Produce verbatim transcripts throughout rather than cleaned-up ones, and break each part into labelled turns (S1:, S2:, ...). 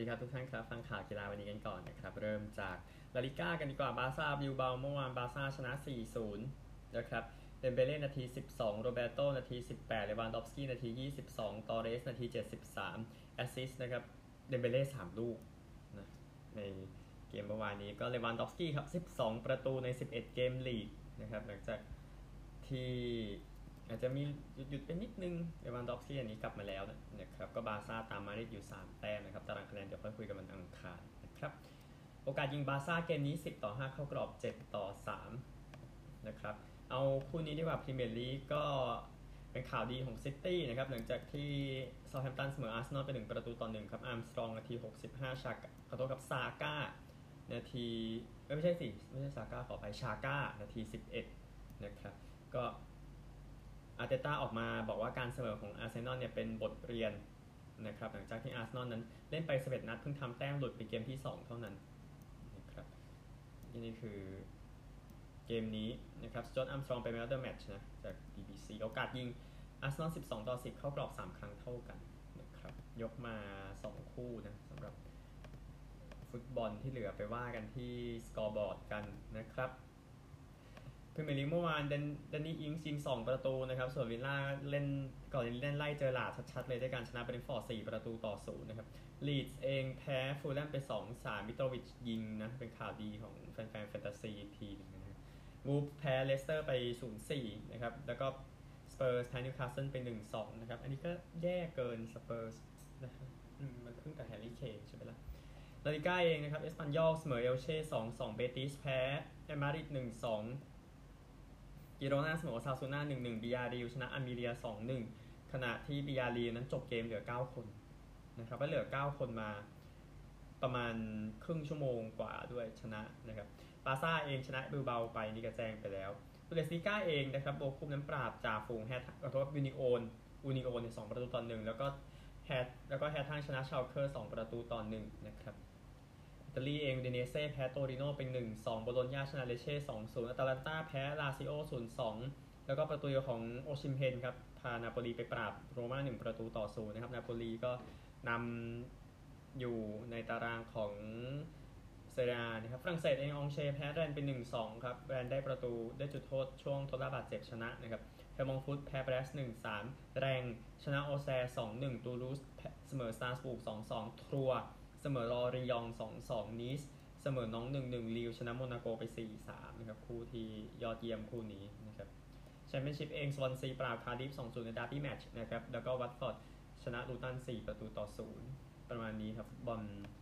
S1: ดีครับทุกท่านครับฟังข่าวกีฬาวันนี้กันก่อนนะครับเริ่มจากลาลิก้ากันดีกว่าบาร์ซ่าบิลเบาเมื่อวานบาร์ซ่าชนะ สี่ศูนย์ นะครับเดมเบเล่นาที สิบสอง โรเบโตนาที สิบแปด เลวานดอฟสกี้นาที ยี่สิบสอง ตอเรสนาที เจ็ดสิบสาม แอสซิสต์นะครับเดมเบเล่ สาม ลูกนะในเกมเมื่อวานนี้ก็เลวานดอฟสกี้ครับ สิบสอง ประตูใน สิบเอ็ด เกมลีกนะครับหลังจากที่อาจจะมีหยุดๆไปนิดนึงเลวานดอฟสกี้อันนี้กลับมาแล้วนะครับก็บาร์ซ่าตามมาได้อยู่สามแต้มนะครับตารางคะแนนเดี๋ยวค่อยคุยกันวันอังคารนะครับโอกาสยิงบาร์ซ่าเกมนี้สิบต่อห้าเข้ากรอบเจ็ดต่อสามนะครับเอาคู่นี้ดีกว่าพรีเมียร์ลีกก็เป็นข่าวดีของซิตี้นะครับหลังจากที่เซาท์แฮมป์ตันเสมออาร์เซนอลไปหนึ่งประตูต่อหนึ่งครับอาร์มสตรองนาทีหกสิบห้าชาขอโทษกับซาก้านาทีไม่ใช่สิไม่ใช่ซาก้าขอไปชาก้านาทีสิบเอ็ดนะครับก็อาร์เตต้าออกมาบอกว่าการเสมอของอาร์เซนอลเนี่ยเป็นบทเรียนนะครับหลังจากที่อาร์เซนอลนั้นเล่นไปสิบเอ็ดนัดเพิ่งทำแต้มหลุดไปเกมที่สองเท่านั้นนะครับนี่คือเกมนี้นะครับจอห์นอัมสตรองไปแมตช์เดอร์แมตช์นะจาก บี บี ซี โอกาสยิงอาร์เซนอลสิบสองต่อสิบเข้ากรอบสามครั้งเท่ากันนะครับยกมาสองคู่นะสำหรับฟุตบอลที่เหลือไปว่ากันที่สกอร์บอร์ดกันนะครับพรีเมียร์ลีกเมื่อวานเดนเดนนี่อิงส์ยิงสองประตูนะครับส่วนวิลล่าเล่นก่อนเล่นไล่เจอหลาดชัดๆเลยด้วยการชนะเบรนท์ฟอร์ดสี่ประตูต่อศูนย์นะครับลีดส์เองแพ้ฟูลแลมไป สองสาม มิโตรวิชยิงนะเป็นข่าวดีของแฟนๆแฟนตาซีทีนึงนะวูฟแพ้เลสเตอร์ไป ศูนย์สี่ นะครับแล้วก็สเปอร์สแพ้นิวคาสเซิลไป หนึ่งสอง นะครับอันนี้ก็แย่เกินสเปอร์สนะครับมันเพิ่งกับแฮร์รี่เคนใช่ไหมล่ะลาลิก้าเองนะครับเอสปันยอลเสมอเอลเช่ สองสอง เบติสแพ้แอตมาดริด หนึ่งสองกิโรนาเสมอซาซูน่า หนึ่งหนึ่ง บิยาริลชนะอามิเลีย สองหนึ่ง ขณะที่บิยาริลนั้นจบเกมเหลือเก้าคนนะครับก็เหลือเก้าคนมาประมาณครึ่งชั่วโมงกว่าด้วยชนะนะครับบาร์ซ่าเองชนะบิลเบาไปนี่ก็แจ้งไปแล้วบูเดสลิก้าเองนะครับโบคุมนั้นปราบจ่าฝูงแฮทขอโทษยูนิโอนอูนิโอนเนี่ยสองประตูต่อหนึ่งแล้วก็แฮทแล้วก็แฮททางชนะชาลเคอร์สองประตูต่อหนึ่งนะครับอิตาลีเองเดเนเซ่แพ้โตริโนเป็น หนึ่งสอง โบโลญญาชนะเลเช่ สองศูนย์ อาตาลันตาแพ้ลาซิโอ ศูนย์สอง แล้วก็ประตูของโอชิมเฮนครับพานาโปลีไปปราบโรม่าหนึ่งประตูต่อศูนย์นะครับนาโปลีก็นำอยู่ในตารางของเซเรียนะครับฝรั่งเศสเององเชแพ้แรนเป็น หนึ่งสอง ครับแรนได้ประตูได้จุดโทษช่วงทดบาดเจ็บชนะนะครับเฮมองฟุตแพ้เบรส หนึ่งสาม แรงชนะโอแซ สองหนึ่ง ตูลูสเสมอสตาร์สบุก สองสอง ทรัวเสมอลอริยอง สองสอง นีสเสมอน้อง หนึ่งหนึ่ง ลิวชนะโมนาโกไป สี่สาม นะครับคู่ที่ยอดเยี่ยมคู่นี้นะครับแชมเปี้ยนชิพเองสวอนซีปราบคาร์ดิฟ สองศูนย์ ในดาร์บี้แมตช์นะครับแล้วก็วัตฟอร์ดชนะลูตันสี่ประตูต่อศูนย์ประมาณนี้ครับฟุตบอล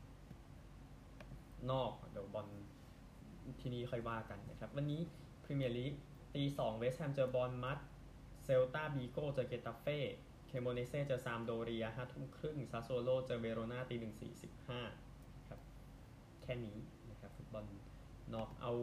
S1: นอกเดี๋ยวบอลที่นี่ค่อยว่ากันนะครับวันนี้พรีเมียร์ลีกตีสองเวสต์แฮมเจอบอลมัดเซลตาบีโกเจอเกตาเฟ่เคโมเนเซ่เจอซามโดเรียห้าทุ่มครึ่งซาโซโลเจอเวโรนาตีหนึ่งสี่สิบห้าครับแค่นี้นะครับฟุตบอลนอกเอา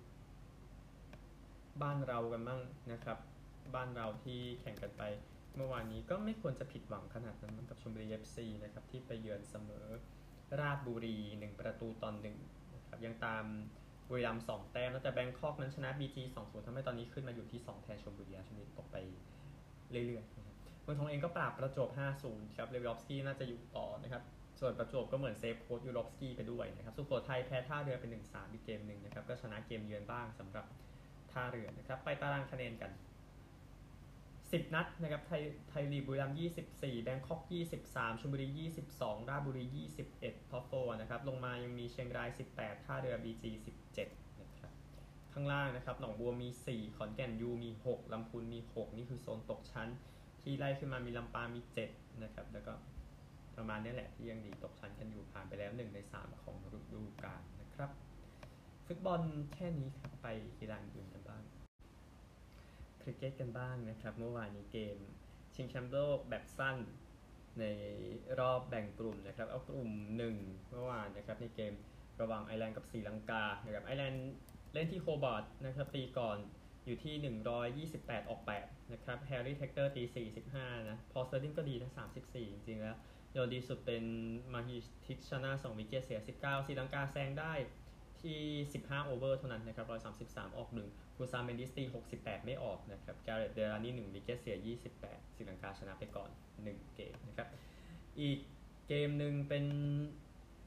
S1: บ้านเรากันบ้างนะครับบ้านเราที่แข่งกันไปเมื่อวานนี้ก็ไม่ควรจะผิดหวังขนาดนั้นกับชลบุรี เอฟ ซี นะครับที่ไปเยือนเสมอราชบุรีหนึ่งประตูต่อหนึ่งนะครับยังตามบุรีรัมย์สองแต้มแล้วแต่แบงคอกนั้นชนะ บี จี สองศูนย์ทำให้ตอนนี้ขึ้นมาอยู่ที่สองแทนชลบุรีชลบุรีตกไปเรื่อยๆนะครับเมืองทองเองก็ปราบประจวบ ห้าศูนย์ ครับเลวิออฟสกี้น่าจะอยู่ต่อนะครับส่วนประจวบก็เหมือนเซฟโค้ชยูรอฟสกี้ไปด้วยนะครับสุโขทัยแพ้ท่าเรือเป็น หนึ่งสาม อีกเกมนึงนะครับก็ชนะเกมเยือนบ้างสำหรับท่าเรือนะครับไปตารางคะแนนกันสิบนัดนะครับไทยไทยลีกบุรีรัมย์ยี่สิบสี่แบงคอกยี่สิบสามชลบุรียี่สิบสองราชบุรียี่สิบเอ็ดท็อปโฟร์นะครับลงมายังมีเชียงรายสิบแปดท่าเรือ บี จี สิบเจ็ดนะครับข้างล่างนะครับหนองบัวมีสี่ขอนแก่นยูมีหกลำพูนมีหกนี่คือโซนตกชั้นที่ไล่ขึ้นมามีลำปางมีเจ็ดนะครับแล้วก็ประมาณนี้แหละที่ยังดีตกชั้นกันอยู่ผ่านไปแล้วหนึ่งในสามของฤดูกาลนะครับฟุตบอลแค่นี้ครับไปกีฬาอื่นกันบ้างคริกเก็ตกันบ้างนะครับเมื่อวานนี้เกมชิงแชมป์โลกแบบสั้นในรอบแบ่งกลุ่มนะครับเอากลุ่มหนึ่งเมื่อวานนะครับในเกมระหว่างไอร์แลนด์กับศรีลังกานะครับไอร์แลนด์เล่นที่โคบอร์ดนะครับตีก่อนอยู่ที่หนึ่งร้อยยี่สิบแปดออกแปดนะครับแฮร์รี่เทคเตอร์ตีสี่สิบห้านะพอสเตอร์ลิงก็ดีนะสามสิบสี่จริงๆแล้วโดยดีสุดเป็นมาฮิทิชนาสองวิกเก็ตเสียสิบเก้าศรีลังกาแซงได้ที่สิบห้าโอเวอร์เท่านั้นนะครับหนึ่งร้อยสามสิบสามออกหนึ่งคูซาเมนดิสตีหกสิบแปดไม่ออกนะครับแกเรตเดรานี่หนึ่งวิกเก็ตเสียยี่สิบแปดศรีลังกาชนะไปก่อนหนึ่งเกมนะครับอีกเกมนึงเป็น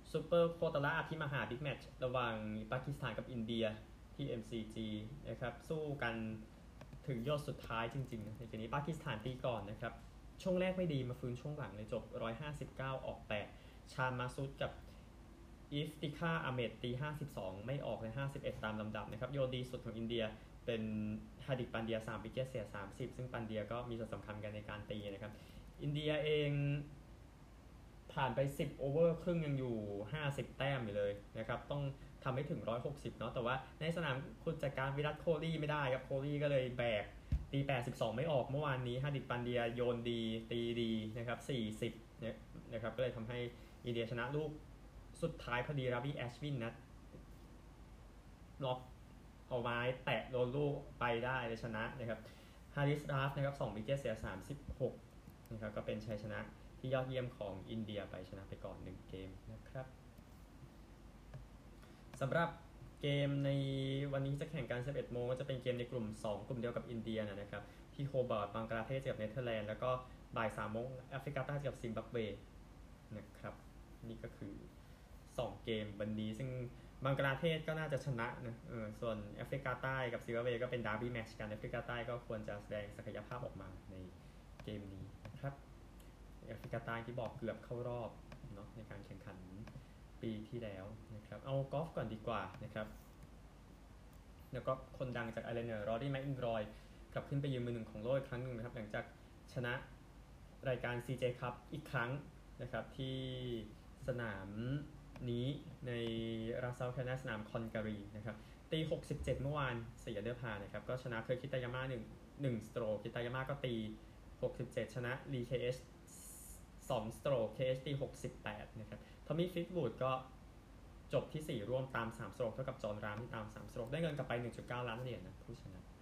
S1: ซูเปอร์โควตาร่าที่มหาบิ๊กแมตช์ระหว่างปากีสถานกับอินเดียที่ เอ็ม ซี จี นะครับสู้กันถึงยอดสุดท้ายจริงๆนะในเกมนี้ปากีสถานตีก่อนนะครับช่วงแรกไม่ดีมาฟื้นช่วงหลังเลยจบหนึ่งร้อยห้าสิบเก้าออกแปดชาญมาซุดกับอิฟติคาอาเมดตีห้าสิบสองไม่ออกในห้าสิบเอ็ดตามลำดับนะครับโยนดีสุดของอินเดียเป็นฮาดิกปันเดียสามวิกเก็ตเสียสามสิบซึ่งปันเดียก็มีส่วนสำคัญกันในการตีนะครับอินเดียเองผ่านไปสิบโอเวอร์ครึ่งยังอยู่ห้าสิบแต้มอยู่เลยนะครับต้องทำให้ถึงหนึ่งร้อยหกสิบเนาะแต่ว่าในสนามคุณจัดการวิรัตโคลี่ไม่ได้ครับโคลี่ก็เลยแบกตีแปดสิบสองไม่ออกเมื่อวานนี้ฮาดิกปันเดียโยนดีตีดีนะครับสี่สิบเนี่ยนะครับก็เลยทำให้อินเดียชนะลูกสุดท้ายพอดีราบี้แอชวินนะล็อกเอาไม้แตะโดนลูกไปได้เลยชนะนะครับฮาริสราฟนะครับสองวิกเก็ตเสียสามสิบหกนะครับก็เป็นชัยชนะที่ยอดเยี่ยมของอินเดียไปชนะไปก่อนหนึ่งเกมนะครับสำหรับเกมในวันนี้จะแข่งกัน สิบเอ็ดโมงก็จะเป็นเกมในกลุ่มสองกลุ่มเดียวกับอินเดียนะครับที่โฮบาร์ตบังกลาเทศเจอกับเนเธอร์แลนด์แล้วก็บ่ายสามโมงแอฟริกาใต้เจอกับซิมบับเวนะครับนี่ก็คือสองเกมวันนี้ซึ่งบังกลาเทศก็น่าจะชนะนะเออส่วนแอฟริกาใต้กับซิมบับเวก็เป็นดาร์บี้แมตช์กันแอฟริกาใต้ก็ควรจะแสดงศักยภาพออกมาในเกมนี้นะครับแอฟริกาใต้ที่บอกเกือบเข้ารอบเนาะในการแข่งขันปีที่แล้วนะครับเอากอล์ฟก่อนดีกว่านะครับแล้วก็คนดังจากไอร์แลนด์เนี่ยรอรี่แม็กอินรอยกลับขึ้นไปยืนมือหนึ่งของโลกอีกครั้งหนึ่งนะครับหลังจากชนะรายการ ซี เจ Cup อีกครั้งนะครับที่สนามนี้ในราซาลแคนาสนามคอนการีนะครับตีหกสิบเจ็ดเมื่อวานสี่อันเดอร์พาร์นะครับก็ชนะเคอร์คิตายาม่าหนึ่ง หนึ่งสโตรกคิตายาม่าก็ตีหกสิบเจ็ดชนะลี เค เอช สองสโตรก เค เอช ตีหกสิบแปดนะครับทอมมี่ฟิตวูดก็จบที่สี่ร่วมตามสามสโตรกเท่ากับจอห์นรามที่ตามสามสโตรกได้เงินกลับไป หนึ่งจุดเก้า ล้านเหรียญนะผู้ชนะ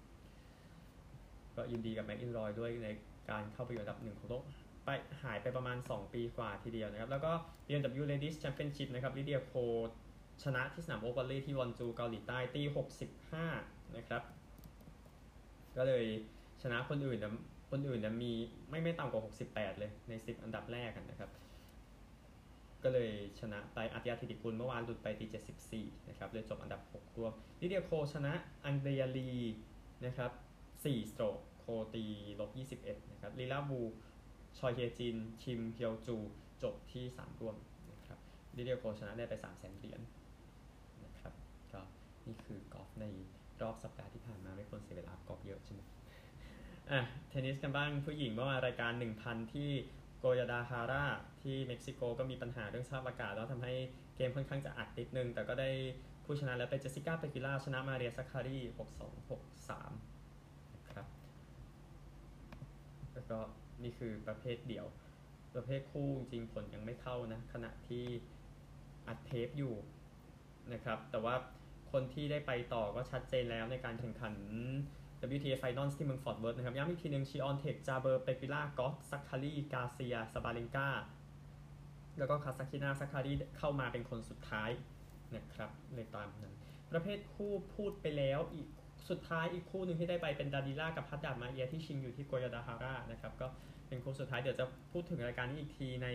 S1: ก็ยินดีกับแม็กอินรอยด้วยในการเข้าไปอยู่อันดับหนึ่งของโลกไปหายไปประมาณสองปีกว่าทีเดียวนะครับแล้วก็ บี เอ็ม ดับเบิลยู Ladies Championship นะครับลิเดียโคชนะที่สนามโอเวอร์ลีที่วอนจูเกาหลีใต้ตีหกสิบห้านะครับก็เลยชนะคนอื่นนะคนอื่นนะมีไม่ไม่ต่ำกว่าหกสิบแปดเลยในสิบอันดับแรกกันนะครับก็เลยชนะไปอาติยาธิติกุลเมื่อวานหลุดไปตีเจ็ดสิบสี่นะครับเลยจบอันดับหกรวมลิเดียโคชนะอังเดรียลีนะครับสี่สโตรกโคตีลบยี่สิบเอ็ดนะครับลีลาบูชอยเฮจินคิมเฮียวจูจบที่สามร่วมนะครับลิเดียโคชนะได้ไป สามแสน เหรียญนะครับก็นี่คือกอล์ฟในรอบสัปดาห์ที่ผ่านมาไม่ควรเสียเวลากอล์ฟเยอะใช่ไหมอ่ะเทนนิสกันบ้างผู้หญิงเมื่อวานรายการ หนึ่งพัน ที่โกยาดาฮาราที่เม็กซิโกก็มีปัญหาเรื่องสภาพอากาศแล้วทำให้เกมค่อนข้างจะอัดนิดนึงแต่ก็ได้ผู้ชนะแล้วเป็นเจสสิก้าเปกิล่าชนะมาเรียซัคคารี หกสอง หกสามนะครับแล้วก็นี่คือประเภทเดี่ยวประเภทคู่จริงผลยังไม่เข้านะขณะที่อัดเทปอยู่นะครับแต่ว่าคนที่ได้ไปต่อก็ชัดเจนแล้วในการแข่งขัน ดับเบิลยู ที เอ Finals ที่เมืองฟอร์ตเวิร์ธนะครับย้ำอีกทีนึงชิออนเทคจาเบอร์เปกิล่ากอสซัคคารีกาเซียซาบาเลนกาแล้วก็คาซาคินาซัคคารีเข้ามาเป็นคนสุดท้ายนะครับเลยตามนั้นประเภทคู่พูดไปแล้วอีกสุดท้ายอีกคู่หนึ่งที่ได้ไปเป็นดาดิล่ากับพัดดามาเอียที่ชิงอยู่ที่โกยาดาฮาร่านะครับก็เป็นคู่สุดท้ายเดี๋ยวจะพูดถึงรายการนี้อีกทีใน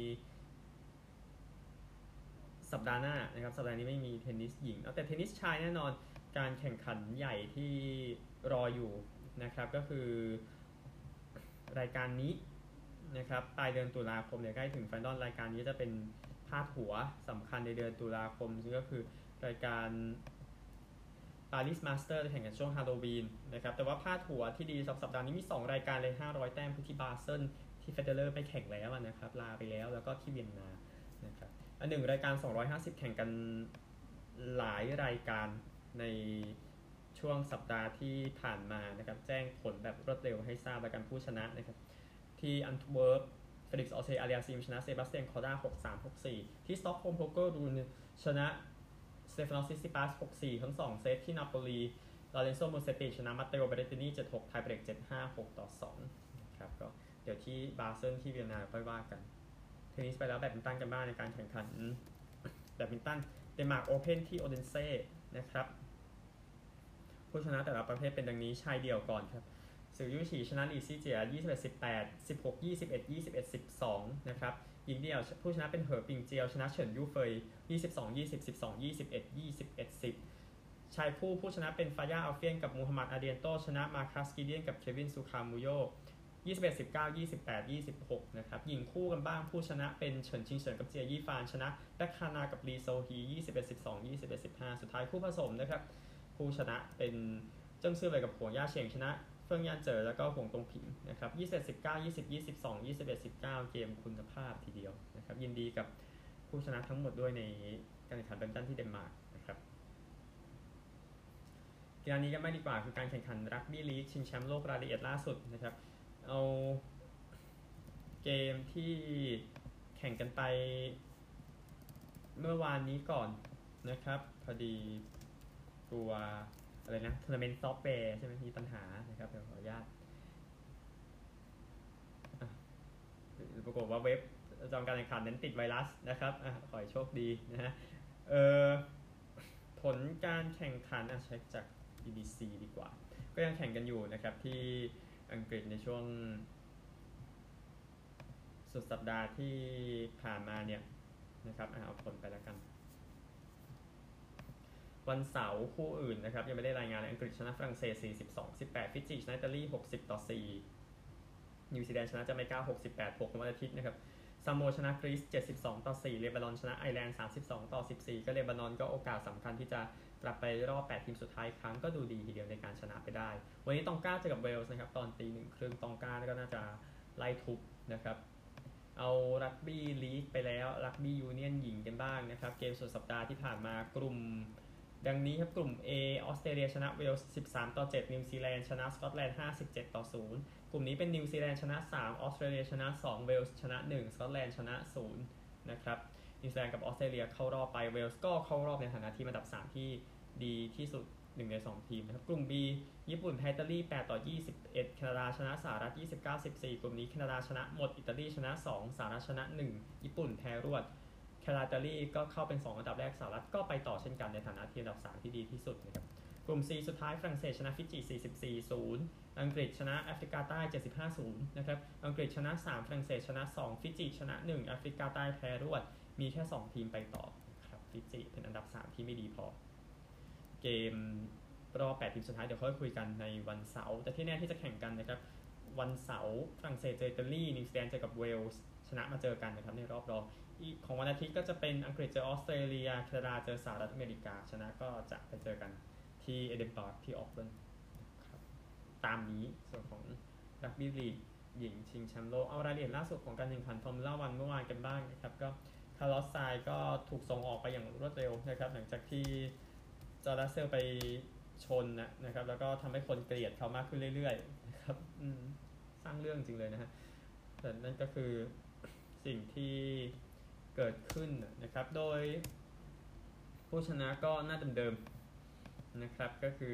S1: สัปดาห์หน้านะครับสัปดาห์นี้ไม่มีเทนนิสหญิงแต่เทนนิสชายแน่นอนการแข่งขันใหญ่ที่รออยู่นะครับก็คือรายการนี้นะครับปลายเดือนตุลาคมเนี่ยใกล้ถึงไฟนอลรายการนี้จะเป็นพาดหัวสำคัญในเดือนตุลาคมซึ่งก็คือรายการปารีสมาสเตอร์จะแข่งกันช่วงฮาโลวีนนะครับแต่ว่าพาดหัวที่ดีสำหรับสัปดาห์นี้มีสองรายการเลยห้าร้อยแต้มที่บาเซิลที่เฟเดเลอร์ไปแข่งแล้วนะครับลาไปแล้วแล้วก็ที่เวียนนานะครับอันหนึ่งรายการสองร้อยห้าสิบแข่งกันหลายรายการในช่วงสัปดาห์ที่ผ่านมานะครับแจ้งผลแบบรวดเร็วให้ทราบรายการผู้ชนะนะครับที่อันทเวิร์ปเฟลิกซ์ออเซอาเรียซิมชนะเซบาสเตียนคอร์ด้า หกสาม หกสี่ ที่สต็อกโฮล์มโพเกอร์รูนชนะสเตฟานอสซิซิปัส หกสี่ ทั้งสองเซตที่นาโปลีลอเรนโซมูเซติชนะมาเตโอเบเรตินี เจ็ดหก ไทเบรก เจ็ดห้า หกต่อสองนะครับก็เดี๋ยวที่บาเซิลที่เวียนนาค่อยว่ากันเทนนิสไปแล้วแบดมินตันกันบ้างในการแข่งขันแบดมินตันเดนมาร์กโอเพ่นที่โอเดนเซ่นะครับผู้ชนะแต่ละประเภทเป็นดังนี้ชายเดี่ยวก่อนครับสือยูฉีชนะลีซี่เจียยี่สิบเอ็ด สิบแปด สิบหก ยี่สิบเอ็ด ยี่สิบเอ็ด สิบสองนะครับหญิงเดี่ยวผู้ชนะเป็นเหอปิงเจียวชนะเฉินยู่เฟยยี่สิบสอง ยี่สิบ สิบสอง ยี่สิบเอ็ด ยี่สิบเอ็ด สิบชายคู่ผู้ชนะเป็นฟายาอัลเฟียนกับมูฮัมหมัดอาเดียนโตชนะมาคัสกิเดียนกับเควินซูคามูโยยี่สิบเอ็ด สิบเก้า ยี่สิบแปด ยี่สิบหกนะครับหญิงคู่กันบ้างผู้ชนะเป็นเฉินชิงเฉินกับเจียยี่ฟานชนะแบ็คคานากับลีโซฮียี่สิบเอ็ด สิบสอง ยี่สิบเอ็ด สิบห้าสุดท้ายคู่ผสมนะครับผู้ชนะเป็นเจิ้งซื่อเว่ยกับหัวย่าเฉียงชนะเฟิงยานเจ๋อแล้วก็หงตงผิงนะครับยี่สิบเอ็ด สิบเก้า ยี่สิบ ยี่สิบสอง ยี่สิบเอ็ด สิบเก้าเกมคุณภาพทีเดียวนะครับยินดีกับผู้ชนะทั้งหมดด้วยในการแข่งขันแบดมินตันที่เดนมาร์กนะครับกีฬานี้ก็ไม่ดีกว่าคือการแข่งขันรักบี้ลีกชิงแชมป์โลกรายละเอียดล่าสุดนะครับเอาเกมที่แข่งกันไปเมื่อวานนี้ก่อนนะครับพอดีตัวอะไรนะทัวร์นาเมนต์ซอฟต์แวร์ใช่ไหมมีปัญหานะครับเดี๋ยวขออนุญาตปรากฏว่าเว็บจองการแข่งขันนั้นติดไวรัสนะครับอขอให้โชคดีนะฮะเอ่อผลการแข่งขันอ่ะเช็คจาก บี บี ซี ดีกว่าก็ยังแข่งกันอยู่นะครับที่อังกฤษในช่วงสุดสัปดาห์ที่ผ่านมาเนี่ยนะครับเอาผลไปแล้วกันวันเสาร์คู่อื่นนะครับยังไม่ได้รายงานเลยอังกฤษชนะฝรั่งเศสสี่สิบสอง สิบแปดฟิจิชนะอิตาลีหกสิบต่อสี่นิวซีแลนด์ชนะจาเมกาหกสิบแปด หกวันอาทิตย์นะครับซาโมชนะกรีซเจ็ดสิบสองต่อสี่เลบานอนชนะไอร์แลนด์สามสิบสองต่อสิบสี่ก็เลบานอนก็โอกาสสำคัญที่จะกลับไปรอบแปดทีมสุดท้ายครั้งก็ดูดีทีเดียวในการชนะไปได้วันนี้ตองก้าเจอกับเวลส์นะครับตอนตีหนึ่งครึ่งตองก้าก็น่าจะไล่ทุบนะครับเอารักบี้ลีกไปแล้วรักบี้ยูเนียนหญิงกันบ้างนะครับเกมสุดสัปดาห์ที่ผ่านมากลุ่มดังนี้ครับกลุ่ม A ออสเตรเลียชนะเวลส์สิบสามต่อเจ็ดนิวซีแลนด์ชนะสกอตแลนด์ห้าสิบเจ็ดต่อศูนย์กลุ่มนี้เป็นนิวซีแลนด์ชนะสามออสเตรเลียชนะสองเวลส์ชนะหนึ่งสกอตแลนด์ชนะศูนย์นะครับนิวซีแลนด์กับออสเตรเลียเข้ารอบไปเวลส์ก็เข้ารอบในฐานะทีมอันดับสามที่ดีที่สุดหนึ่งในสองทีมนะครับกลุ่ม B ญี่ปุ่นแพ้อิตาลีแปดต่อยี่สิบเอ็ดแคนาดาชนะสหรัฐยี่สิบเก้า สิบสี่กลุ่มนี้แคนาดาชนะหมดอิตาลีชนะสองสหรัฐชนะหนึ่งญี่ปุ่นแพ้รวดแคนาดาอิตาลีก็เข้าเป็นสองอันดับแรกสหรัฐก็ไปต่อเช่นกันในฐานะทีมอันดับสามที่ดีที่สุดนะครับกลุ่ม C สุดท้ายฝรั่งเศสชนะฟิจิสี่สิบสี่ ศูนย์อังกฤษชนะแอฟริกาใต้เจ็ดสิบห้า ศูนย์นะครับอังกฤษชนะสามฝรั่งเศสชนะสองฟิจิชนะหนึ่งแอฟริกาใต้แพ้รวดมีแค่สองทีมไปต่อครับฟิจิเป็นอันดับสามที่ไม่ดีพอเกมรอบแปดทีมสุดท้ายเดี๋ยวค่อยคุยกันในวันเสาร์แต่ที่แน่ที่จะแข่งกันนะครับวันเสาร์ฝรั่งเศสเจออิตาลีนิวซีแลนด์เจอกับเวลส์ชนะมาเจอกันนะครับในรอบรองของวันอาทิตย์ก็จะเป็นอังกฤษเจอออสเตรเลียแคนาดาเจอสหรัฐอเมริกาชนะก็จะไปเจอกันที่เอเดนบาร์กที่ออกแลนด์ครับตามนี้ส่วนของรักบี้ลีกหญิงชิงแชมป์โลกเอารายละเอียดล่าสุดของการแข่งขันฟอร์มูล่าวันเมื่อวานกันบ้างนะครับก็คาร์ลอสไซน์ก็ถูกส่งออกไปอย่างรวดเร็วนะครับหลังจากที่จอร์แดนเซลไปชนนะนะครับแล้วก็ทำให้คนเกลียดเขามากขึ้นเรื่อยๆนะครับสร้างเรื่องจริงเลยนะฮะแต่นั่นก็คือสิ่งที่เกิดขึ้นนะครับโดยผู้ชนะก็หน้าเดิมๆนะครับก็คือ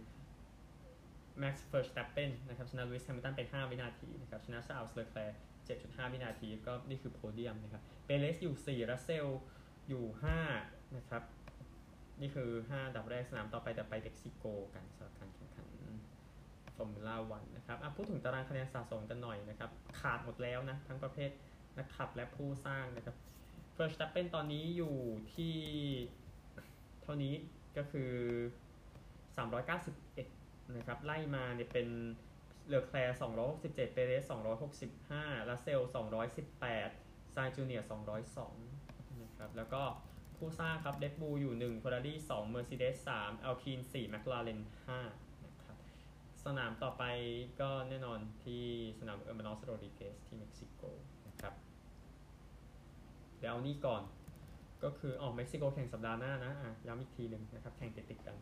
S1: Max Verstappen นะครับชนะ Lewis Hamilton ไปห้าวินาทีนะครับชนะ Charles Leclerc เจ็ดจุดห้า วินาทีก็นี่คือโพเดียมนะครับเปเรสอยู่สี่รัสเซลอยู่ห้านะครับนี่คือห้าอันดับแรกสนามต่อไปแต่ไปเม็กซิโกกันสำหรับการแข่งขันฟอร์มูล่าวันนะครับพูดถึงตารางคะแนนสะสมกันหน่อยนะครับขาดหมดแล้วนะทั้งประเภทนักขับและผู้สร้างนะครับ Verstappen ตอนนี้อยู่ที่เท่านี้ก็คือสามร้อยเก้าสิบเอ็ดนะครับไล่มาเนี่ยเป็นเลอแคลร์สองร้อยหกสิบเจ็ดเปเรสสองร้อยหกสิบห้ารัสเซลสองร้อยสิบแปดไซน์จูเนียร์สองร้อยสองนะครับแล้วก็ผู้สร้างครับเดดบูลอยู่หนึ่ง Ferrari สอง Mercedes สาม Alpine สี่ McLaren ห้านะครับสนามต่อไปก็แน่นอนที่สนามเออร์มานอสโรดริเกสที่เม็กซิโกนะครับเดี๋ยวเอานี่ก่อนก็คือออกเม็กซิโกแข่งสัปดาห์หน้านะอ่ะย้ำอีกทีหนึ่งนะครับแข่งติดๆกัน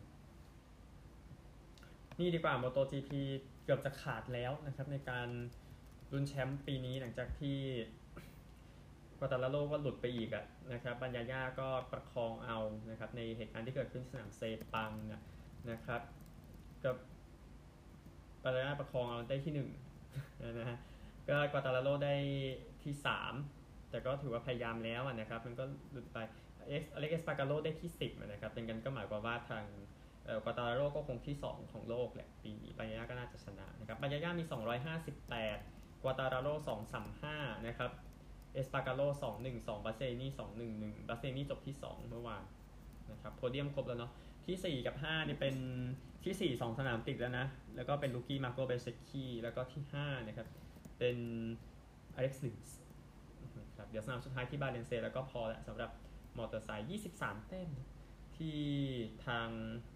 S1: นี่ดีกว่า MotoGP เกือบจะขาดแล้วนะครับในการลุ้นแชมป์ปีนี้หลังจากที่กัวตาลาโร่ก็หลุดไปอีกอ่ะนะครับบัญญาย่าก็ประคองเอานะครับในเหตุการณ์ที่เกิดขึ้นสนามเซปังนะครับกับบัญญาย่าประคองเอาได้ที่หนึ่งนะฮะก็กัวตาลาโร่ได้ที่สามแต่ก็ถือว่าพยายามแล้วนะครับมันก็หลุดไปเอ็กซ์อเล็กซ์ปาการโร่ได้ที่สิบนะครับเป็นกันก็หมายความว่าทางกัวตาลาโร่ก็คงที่สองของโลกแหละปีนี้บัญญาย่าก็น่าจะชนะนะครับบัญญาย่ามีสองร้อยห้าสิบแปดกัวตาลาโร่สองร้อยสามสิบห้านะครับเอสปาการโล สองหนึ่ง สอง บาเซนี่ สองหนึ่งหนึ่ง บาเซนี่จบที่สองเมื่อวานนะครับโพเดียมครบแล้วเนาะที่สี่กับห้านี่เป็นที่สี่ สองสนามติดแล้วนะแล้วก็เป็นลูกี้มาโกเบเซคีแล้วก็ที่ห้านะครับเป็นอเล็กซ์ลินส์ครับเดี๋ยวสนามสุดท้ายที่บาเลนเซียแล้วก็พอแล้วสำหรับมอเตอร์ไซค์ยี่สิบสามแต้มที่ทาง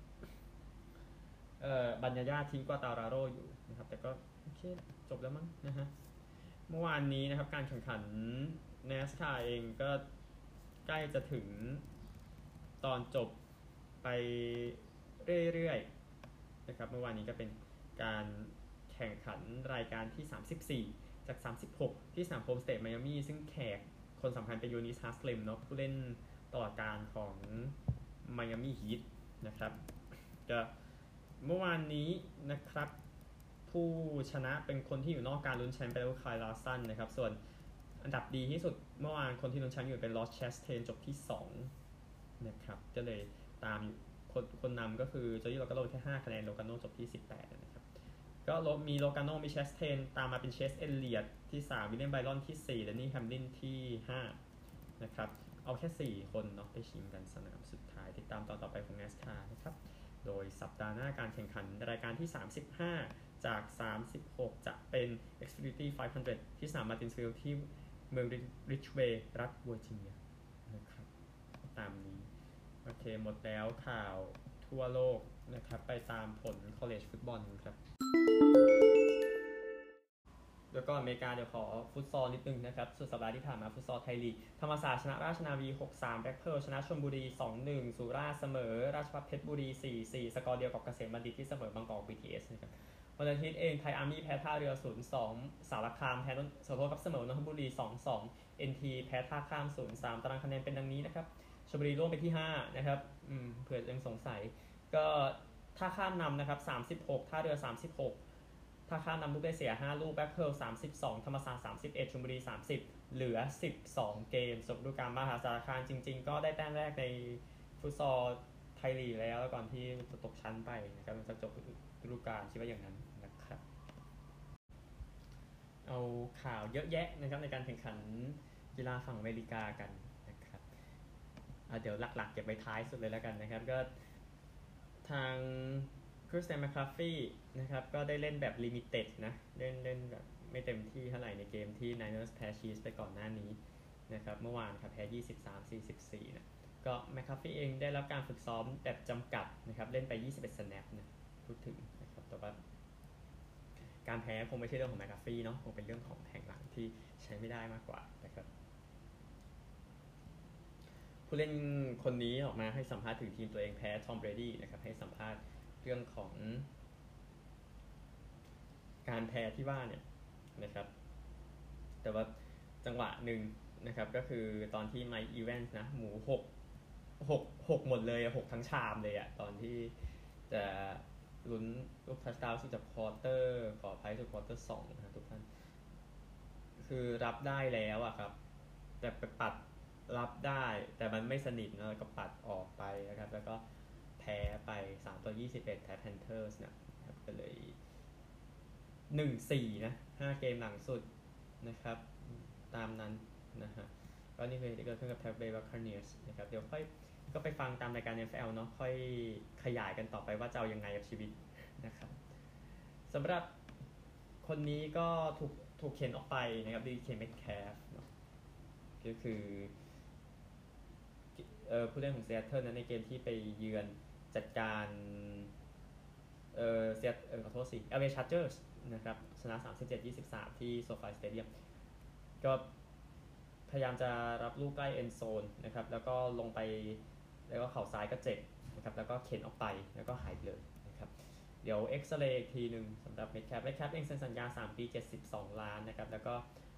S1: เอ่อบัญญาทิ้งกวาตาราโรอยู่นะครับแต่ก็โอเคจบแล้วมั้งนะฮะเมื่อวานนี้นะครับการแข่งขัน NASCAR เองก็ใกล้จะถึงตอนจบไปเรื่อยๆนะครับเมื่อวานนี้ก็เป็นการแข่งขันรายการที่สามสิบสี่จากสามสิบหกที่สนามโฮมสเตดไมอามี่ซึ่งแขกคนสำคัญเป็นยูนิส ฮัสเลมเนาะผู้เล่นตลอดการของไมอามี่ฮีทนะครับก็เมื่อวานนี้นะครับผู้ชนะเป็นคนที่อยู่นอกการลุ้นแชมป์ไปแล้วคายลาสันนะครับส่วนอันดับดีที่สุดเมื่อวานคนที่ลุ้นแชมป์อยู่เป็นลอสแชสเทนจบที่สองนะครับก็เลยตามคนคนนำก็คือจอร์จี้โลกาโนแค่ห้าคะแนนโลกาโนจบที่สิบแปดนะครับก็มีโลกาโนมีแชสเทนตามมาเป็นเชสเอลเลียตที่สามวิลเลียมไบรอนที่สี่และนี่แฮมลินที่ห้านะครับเอาแค่สี่คนเนาะไปชิงกันสนามสุดท้ายติดตามตอนต่อไปของ NASCAR นะครับโดยสัปดาห์หน้าการแข่งขันรายการที่สามสิบห้าจากสามสิบหกจะเป็น Xfinity ห้าร้อยที่สนามมาร์ตินส์วิลล์ที่เมืองริชเวย์รัฐเวอร์จิเนียนะครับตามนี้โอเคหมดแล้วข่าวทั่วโลกนะครับไปตามผล college ฟุตบอลครับแล้วก็อเมริกาเดี๋ยวขอฟุตซอลนิดนึงนะครับสุดสัปดาห์ที่ผ่านมาฟุตซอลไทยลีกธรรมศาสตร์ชนะราชนาวี หกสาม แบล็คเพิร์ลชนะชลบุรี สองหนึ่ง สุราษฎร์เสมอราชภัฏเพชรบุรี สี่สี่ สกอร์เดียวกับเกษมบัณฑิตที่เสมอบางกอก บี ที เอส นะครับวันอาทิตย์เองไทยอาร์มี่แพ้ท่าเรือ ศูนย์สอง สารคามแพ้นนทบุรีกับเสมอนนทบุรี สองสอง เอ็น ที แพ้ท่าข้าม ศูนย์สาม ตารางคะแนนเป็นดังนี้นะครับชลบุรีร่วงไปที่ห้านะครับอืมเผื่อยังสงสัยก็ท่าข้ามนำนะครับสามสิบหกท่าเรือสามสิบหกท่าข้ามนำลูกได้เสียห้าลูกแบล็คเพิร์ลสามสิบสองธรรมศาสตร์สามสิบเอ็ดชลบุรีสามสิบเหลือสิบสองเกมจบฤดูกาลมหาสารคามจริงๆก็ได้แต้มแรกในฟุตซอลไทยลีกแล้วก่อนที่จะตกชั้นไปนะครับจะจบฤดูกาลคิดว่าอย่างนั้นนะครับเอาข่าวเยอะแยะนะครับในการแข่งขันกีฬาฝั่งอเมริกากันนะครับเดี๋ยวหลักๆเก็บไว้ท้ายสุดเลยแล้วกันนะครับก็ทางคริสเตียนแมคคาฟี่นะครับก็ได้เล่นแบบลิมิเต็ดนะเล่นเล่นแบบไม่เต็มที่เท่าไหร่ในเกมที่ Niners แพ้ชีสไปก่อนหน้านี้นะครับเมื่อวานครับแพ้ ยี่สิบสาม สี่สิบสี่ นะก็แมคคาฟี่เองได้รับการฝึกซ้อมแบบจำกัดนะครับเล่นไปยี่สิบเอ็ด snap นะพูดถึงนะครับแต่ว่าการแพ้คงไม่ใช่เรื่องของแมคคาฟี่เนาะคงเป็นเรื่องของแผงหลังที่ใช้ไม่ได้มากกว่านะครับผู้เล่นคนนี้ออกมาให้สัมภาษณ์ถึงทีมตัวเองแพ้ทอมเบรดี้นะครับให้สัมภาษณ์เรื่องของการแพ้ที่ว่าเนี่ยนะครับแต่ว่าจังหวะหนึ่งนะครับก็คือตอนที่ไมค์อีแวนส์นะหมูหกหกหกหมดเลยหกทั้งชามเลยอะตอนที่จะลุ้นลูกทัชดาวน์สุดจากควอเตอร์ขออภัยสุดควอเตอร์สองนะครับทุกท่านคือรับได้แล้วอะครับแต่ไปปัดรับได้แต่มันไม่สนิทนะก็ปัดออกไปนะครับแล้วก็แพ้ไปสามต่อยี่สิบเอ็ดแพ้แพนเทอร์สนะครับก็เลยหนึ่งสี่นะห้าเกมหลังสุดนะครับตามนั้นนะฮะก็นี่คือที่เกิดขึ้นกับแท็บเบย์บัคคาเนียสนะครับเดี๋ยวค่อยก็ไปฟังตามรายการ เอฟ แอล เนาะค่อยขยายกันต่อไปว่าจะเอายังไงกับชีวิตนะครับสำหรับคนนี้ก็ถูกถูกเข็นออกไปนะครับดีเคเมทแคฟเนาะก็คือเอ่อผู้เล่นของซีแอตเทิลนั้นในเกมที่ไปเยือนจัดการเอ่อซีแอตเอ่อขอโทษสิ แอล เอ Chargers นะครับชนะ สามสิบเจ็ด ยี่สิบสาม ที่โซฟาสเตเดียมก็พยายามจะรับลูกใกล้เอ็นโซนนะครับแล้วก็ลงไปแล้วก็เข่าซ้ายก็เจ็บนะครับแล้วก็เข็นออกไปแล้วก็หายไปเลยนะครับเดี๋ยวเอ็กซเรย์อีกทีนึงสำหรับเมดแคปเมดแคปเองเซ็นสัญญาสามปีเจ็ดสิบสองล้านนะครับแล้วก็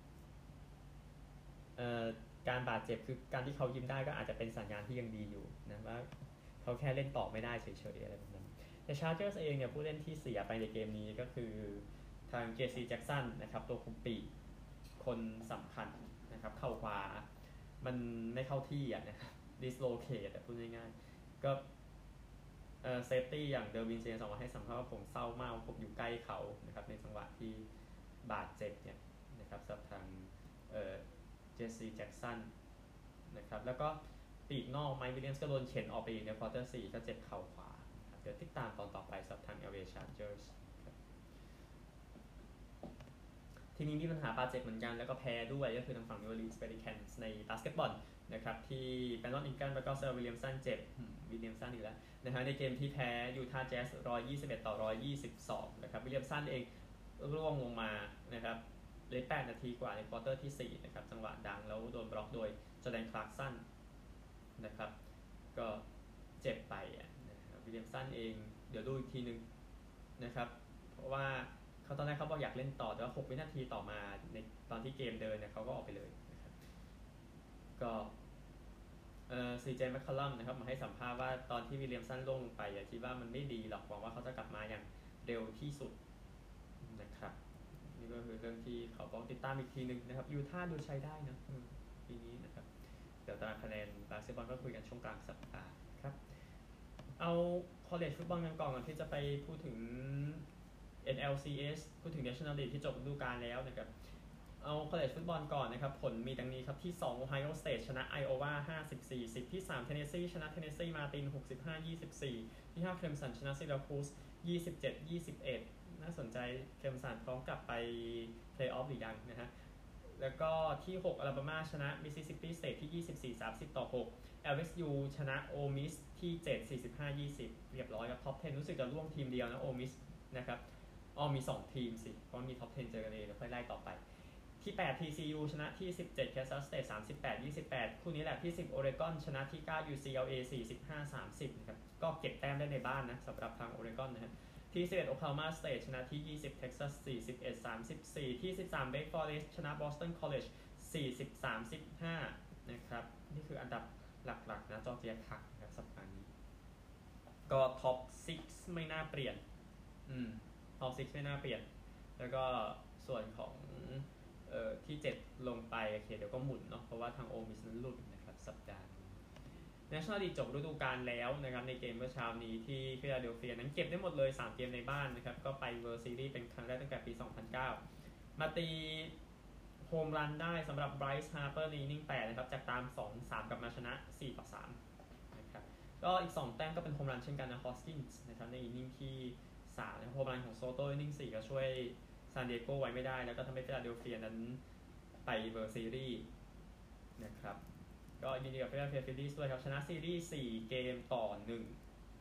S1: เอ่อการบาดเจ็บคือการที่เขายิ้มได้ก็อาจจะเป็นสัญญาณที่ยังดีอยู่นะว่าเขาแค่เล่นต่อไม่ได้เฉยๆอะไรแบบนั้นแต่ Chargers เองเนี่ยผู้เล่นที่เสียไปในเกมนี้ก็คือทาง เจ ซี Jackson นะครับตัวคุมปีคนสำคัญนะครับเข่าขวามันไม่เข้าที่อ่ะนะครับ dislocate พูดง่ายๆก็เอ่อเซฟตี้อย่างเดอร์วินเจนส์ออกมาให้สัมภาษณ์ว่าผมเศร้ามากผมอยู่ใกล้เขานะครับในจังหวะที่บาดเจ็บเนี่ยนะครับสำหรับทางเอ่อเจสซี่แจ็กสันนะครับแล้วก็ปีกนอกไมค์วิลเลียมส์ก็โดนเข็นออกไปอีกในควอเตอร์สี่ก็เจ็บเข่าขวาเดี๋ยวติดตามตอนต่อไปสำหรับทาง แอล เอ Chargers ทีนี้มีปัญหาบาดเจ็บเหมือนกันแล้วก็แพ้ด้วยก็คือทางฝั่ง New Orleans Pelicans ในบาสเกตบอลนะครับที่แบรนดอนอิงกันแล้วก็เซอร์วิลเลียมสันเจ็บวิลเลียมสันอีกแล้วนะฮะในเกมที่แพ้ยูทาห์แจ๊สหนึ่งร้อยยี่สิบเอ็ดต่อหนึ่งร้อยยี่สิบสองนะครับวิลเลียมสันเองร่วงลงมานะครับเหลือแปดนาทีกว่าในควอเตอร์ที่สี่นะครับจังหวะดังแล้วโดนบล็อกโดยจอร์แดนคลาร์กสันนะครับก็เจ็บไปนะครับวิลเลียมสันเองเดี๋ยวดูอีกทีนึงนะครับเพราะว่าเขาตอนแรกเขาบอกอยากเล่นต่อแต่ว่าหกวินาทีต่อมาในตอนที่เกมเดินเนี่ยเขาก็ออกไปเลยนะครับก็เอ่อซีเจแมคคัลลัมนะครับมาให้สัมภาษณ์ว่าตอนที่วิลเลียมสันลงไปอย่าคิดว่ามันไม่ดีหรอกหวังว่าเขาจะกลับมาอย่างเร็วที่สุดนะครับนี่ก็คือเรื่องที่เขาบอกติดตามอีกทีนึงนะครับยูทาห์ดูใช้ได้นะปีนี้นะครับเดี๋ยวตารางคะแนนบาสเกตบอลก็คุยกันช่วงกลางสัปดาห์ครับเอาคอลเลจฟุตบอลกันก่อนก่อนที่จะไปพูดถึง เอ็น แอล ซี เอส พูดถึง National League ที่จบฤดูกาลแล้วนะครับเอาคอลเลจฟุตบอลก่อนนะครับผลมีดังนี้ครับที่สอง Ohio State ชนะ Iowa ห้าสิบสี่สิบที่สาม Tennessee ชนะ Tennessee Martin หกสิบห้ายี่สิบสี่ที่ห้า Clemson ชนะ Syracuse ยี่สิบเจ็ดยี่สิบเอ็ดน่าสนใจ Clemson พร้อมกลับไป Playoff หรือยังนะฮะแล้วก็ที่หก Alabama ชนะ Mississippi State ที่ยี่สิบสี่สามสิบต่อหก แอล เอส ยู ชนะ Ole Miss ที่เจ็ด สี่สิบห้ายี่สิบเรียบร้อยครับท็อปสิบรู้สึกจะร่วมทีมเดียวนะ Ole Miss นะครับอ๋อมีสองทีมสิเพราะมีท็อปสิบเจอกันเองแล้วค่อยไล่ต่อไปที่แปด ที ซี ยู ชนะที่สิบเจ็ด Kansas State สามสิบแปดยี่สิบแปดคู่นี้แหละที่สิบ Oregon ชนะที่เก้า ยู ซี แอล เอ สี่สิบห้าสามสิบนะครับก็เก็บแต้มได้ในบ้านนะสำหรับทาง Oregon นะฮะที่สิบเอ็ด Oklahoma State ชนะที่ยี่สิบ Texas สี่สิบเอ็ดสามสิบสี่ที่สิบสาม Wake Forest ชนะ Boston College สี่สิบสามสิบห้านะครับนี่คืออันดับหลักๆนะจอร์เจียคักนะครับสัปดาห์นี้ก็ท็อปหกไม่น่าเปลี่ยนอืมท็อปหกไม่น่าเปลี่ยนแล้วก็ส่วนของเอ่อที่เจ็ดลงไปโอเคเดี๋ยวก็หมุนเนาะเพราะว่าทางโอมิสนั้นหลุดนะครับสัปดาห์นี้ National League จบฤดูกาลแล้วนะครับในเกมเมื่อเช้านี้ที่ฟิลาเดลเฟียนั้นเก็บได้หมดเลยสามเกมในบ้านนะครับก็ไป World Series เป็นครั้งแรกตั้งแต่ปีสองพันเก้ามาตีโฮมรันได้สำหรับไบรซ์ฮาร์เปอร์ในอินนิ่งแปดนะครับจากตาม สองสาม กลับมาชนะสี่ต่อสามนะครับก็อีกสองแต้มก็เป็นโฮมรันเช่นกันนะฮอสกินส์นะครับในอินนิ่งที่สามนะโฮมรันของโซโต้อินนิ่งสี่ก็ช่วยซานดิเอโกไว้ไม่ได้แล้วก็ทำให้ฟิลาเดลเฟียนั้นไปเวิลด์ซีรีส์นะครับก็ยินดีกับฟิลาเดลเฟียฟิลลี่ด้วยครับชนะซีรีส์สี่เกมต่อหนึ่ง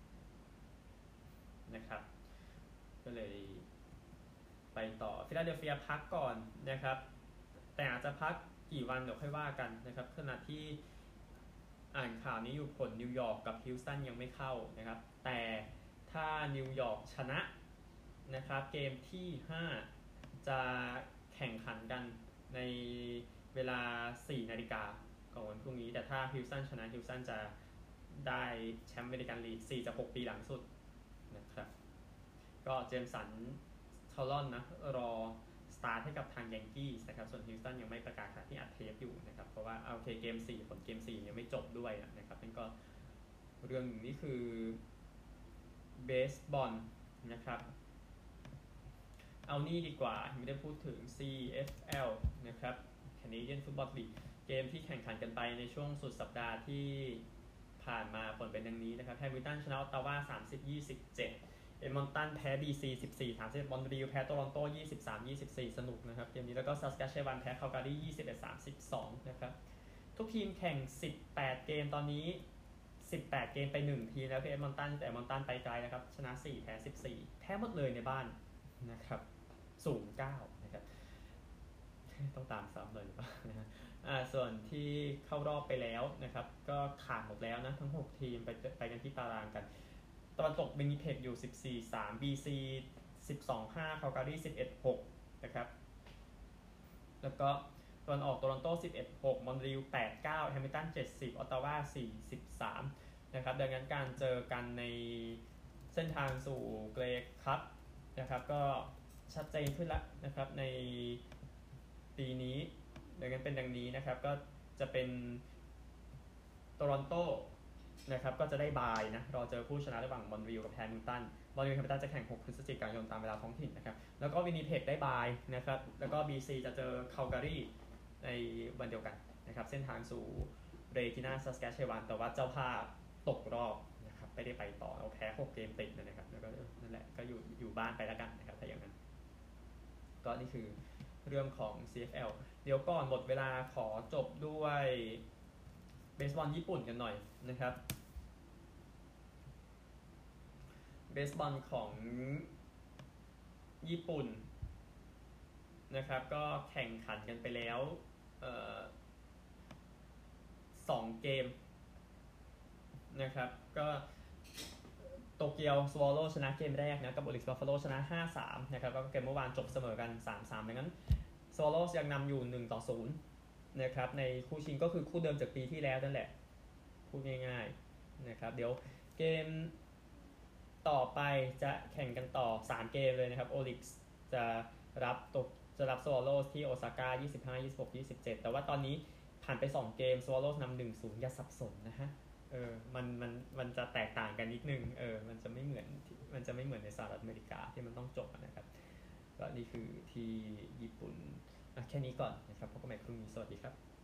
S1: นะครับก็เลยไปต่อฟิลาเดลเฟียพักก่อนนะครับแต่อาจจะพักกี่วันเดี๋ยวค่อยว่ากันนะครับขณะที่อ่านข่าวนี้อยู่ผลนิวยอร์กกับฮิวสตันยังไม่เข้านะครับแต่ถ้านิวยอร์กชนะนะครับเกมที่ห้าจะแข่งขันกันในเวลาสี่นาฬิกาของวันพรุ่งนี้แต่ถ้าฮิวสตันชนะฮิวสตันจะได้แชมป์อเมริกันลีกสี่จากหกปีหลังสุดนะครับก็เจมสันทอลลอนนะรอสตาร์ทให้กับทางยังกี้ส์นะครับส่วนฮิวสตันยังไม่ประกาศขณะที่อัดเทปอยู่นะครับเพราะว่าโอเคเกมสี่ผลเกมสี่ยังไม่จบด้วยนะครับนั่นก็เรื่องนี้คือเบสบอลนะครับเอานี่ดีกว่าไม่ได้พูดถึง ซี เอฟ แอล นะครับ Canadian Football League เกมที่แข่งขันกันไปในช่วงสุดสัปดาห์ที่ผ่านมาผลเป็นดังนี้นะครับแฮมิลตันชนะออตตาวาสามสิบ ยี่สิบเจ็ดเอ็ดมอนตันแพ้ บี ซี สิบสี่สามสิบ มอนทรีออลแพ้โตรอนโตยี่สิบสามยี่สิบสี่สนุกนะครับเกมนี้แล้วก็ซัสแคชเชวันแพ้คาลการียี่สิบเอ็ดสามสิบสองนะครับทุกทีมแข่งสิบแปดเกมตอนนี้สิบแปดเกมไปหนึ่งทีแล้วคือเอ็ดมอนตันแต่เอ็ดมอนตันไปไกลนะครับชนะสี่แพ้สิบสี่แพ้หมดเลยในบ้านนะครับศูนย์เก้านะครับต้องตามซ้ำเลยหรือเปล่านะฮะอ่าส่วนที่เข้ารอบไปแล้วนะครับก็ขาดหมดแล้วนะทั้งหกทีมไปไปกันที่ตารางกันตอนตกวินิเพกอยู่สิบสี่สาม บี ซี สิบสองห้า คาลการีสิบเอ็ดหกนะครับแล้วก็ตอนออกโตรอนโตสิบเอ็ดหก มอนทรีออลแปดเก้า แฮมิลตันเจ็ดสิบ ออตตาวาสี่สิบสามนะครับดังนั้นการเจอกันในเส้นทางสู่เกรย์คัพนะครับก็ชัดเจนขึ้นแล้วนะครับในปีนี้ดังนั้นเป็นดังนี้นะครับก็จะเป็นโตรอนโตนะครับก็จะได้บายนะรอเจอผู้ชนะระหว่างมอนทรีออลกับแฮมิลตันมอนทรีออลกับแฮมิลตันจะแข่งหกพฤศจิกายนตามเวลาท้องถิ่นนะครับแล้วก็วินิเพกได้บายนะครับแล้วก็ บี ซี จะเจอคาลการีในวันเดียวกันนะครับเส้นทางสู่เรทินาซัสแคชเชวันแต่ว่าเจ้าภาพตกรอบนะครับไม่ได้ไปต่อเราแพ้หกเกมติดนะครับแล้วก็นั่นแหละก็อยู่อยู่บ้านไปแล้วกันนะครับถ้าอย่างนั้นก็นี่คือเรื่องของ ซี เอฟ แอล เดี๋ยวก่อนหมดเวลาขอจบด้วยเบสบอลญี่ปุ่นกันหน่อยนะครับเบสบอลของญี่ปุ่นนะครับก็แข่งขันกันไปแล้วสองเกมนะครับก็โตเกียวสวอลโลชนะเกมแรกนะกับโอริกซ์บัฟฟาโลชนะ ห้าสาม นะครับก็เกมเมื่อวานจบเสมอกัน สามสาม ดังนั้นสวอลโลยังนำอยู่หนึ่งต่อศูนย์นะครับในคู่ชิงก็คือคู่เดิมจากปีที่แล้วนั่นแหละพูดง่ายๆนะครับเดี๋ยวเกมต่อไปจะแข่งกันต่อสามเกมเลยนะครับโอริกซ์จะรับตกจะรับสวอลโลที่โอซาก้ายี่สิบห้า ยี่สิบหก ยี่สิบเจ็ดแต่ว่าตอนนี้ผ่านไปสองเกมสวอลโลนำ หนึ่งศูนย์ อย่าสับสนนะฮะเออมันมันมันจะแตกต่างกันนิดนึงเออมันจะไม่เหมือนมันจะไม่เหมือนในสหรัฐอเมริกาที่มันต้องจบนะครับก็นี่คือที่ญี่ปุ่นแค่นี้ก่อนนะครับพบกันใหม่พรุ่งนี้สวัสดีครับ